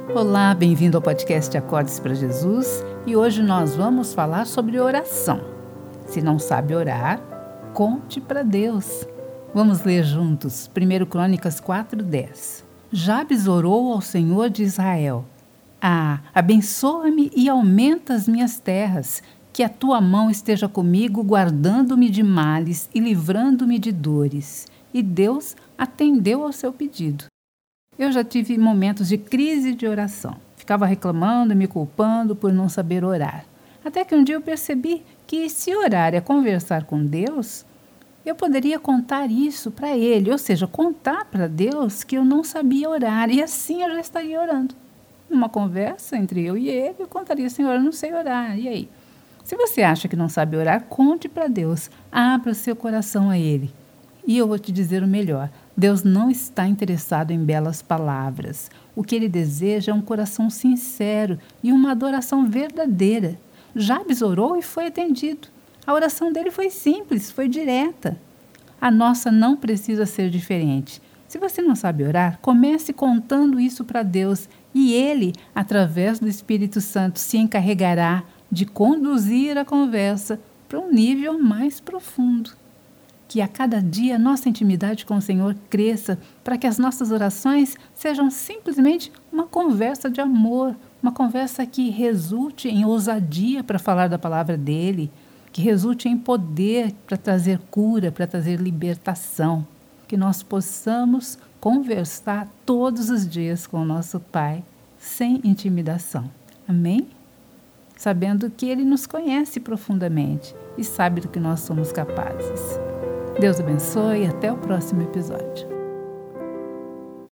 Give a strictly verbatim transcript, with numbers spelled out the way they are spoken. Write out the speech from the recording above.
Olá, bem-vindo ao podcast Acordes para Jesus e hoje nós vamos falar sobre oração. Se não sabe orar, conte para Deus. Vamos ler juntos, primeira Crônicas quatro, dez. Jabes orou ao Senhor de Israel: Ah, abençoa-me e aumenta as minhas terras, que a tua mão esteja comigo, guardando-me de males e livrando-me de dores. E Deus atendeu ao seu pedido. Eu já tive momentos de crise de oração. Ficava reclamando e me culpando por não saber orar. Até que um dia eu percebi que se orar é conversar com Deus, eu poderia contar isso para Ele, ou seja, contar para Deus que eu não sabia orar, e assim eu já estaria orando. Numa conversa entre eu e Ele, eu contaria: Senhor, eu não sei orar, e aí? Se você acha que não sabe orar, conte para Deus, abra o seu coração a Ele. E eu vou te dizer o melhor: Deus não está interessado em belas palavras. O que Ele deseja é um coração sincero e uma adoração verdadeira. Jabes orou e foi atendido. A oração dele foi simples, foi direta. A nossa não precisa ser diferente. Se você não sabe orar, comece contando isso para Deus e Ele, através do Espírito Santo, se encarregará de conduzir a conversa para um nível mais profundo. Que a cada dia nossa intimidade com o Senhor cresça, para que as nossas orações sejam simplesmente uma conversa de amor, uma conversa que resulte em ousadia para falar da palavra dEle, que resulte em poder para trazer cura, para trazer libertação. Que nós possamos conversar todos os dias com o nosso Pai, sem intimidação. Amém? Sabendo que Ele nos conhece profundamente e sabe do que nós somos capazes. Deus abençoe e até o próximo episódio.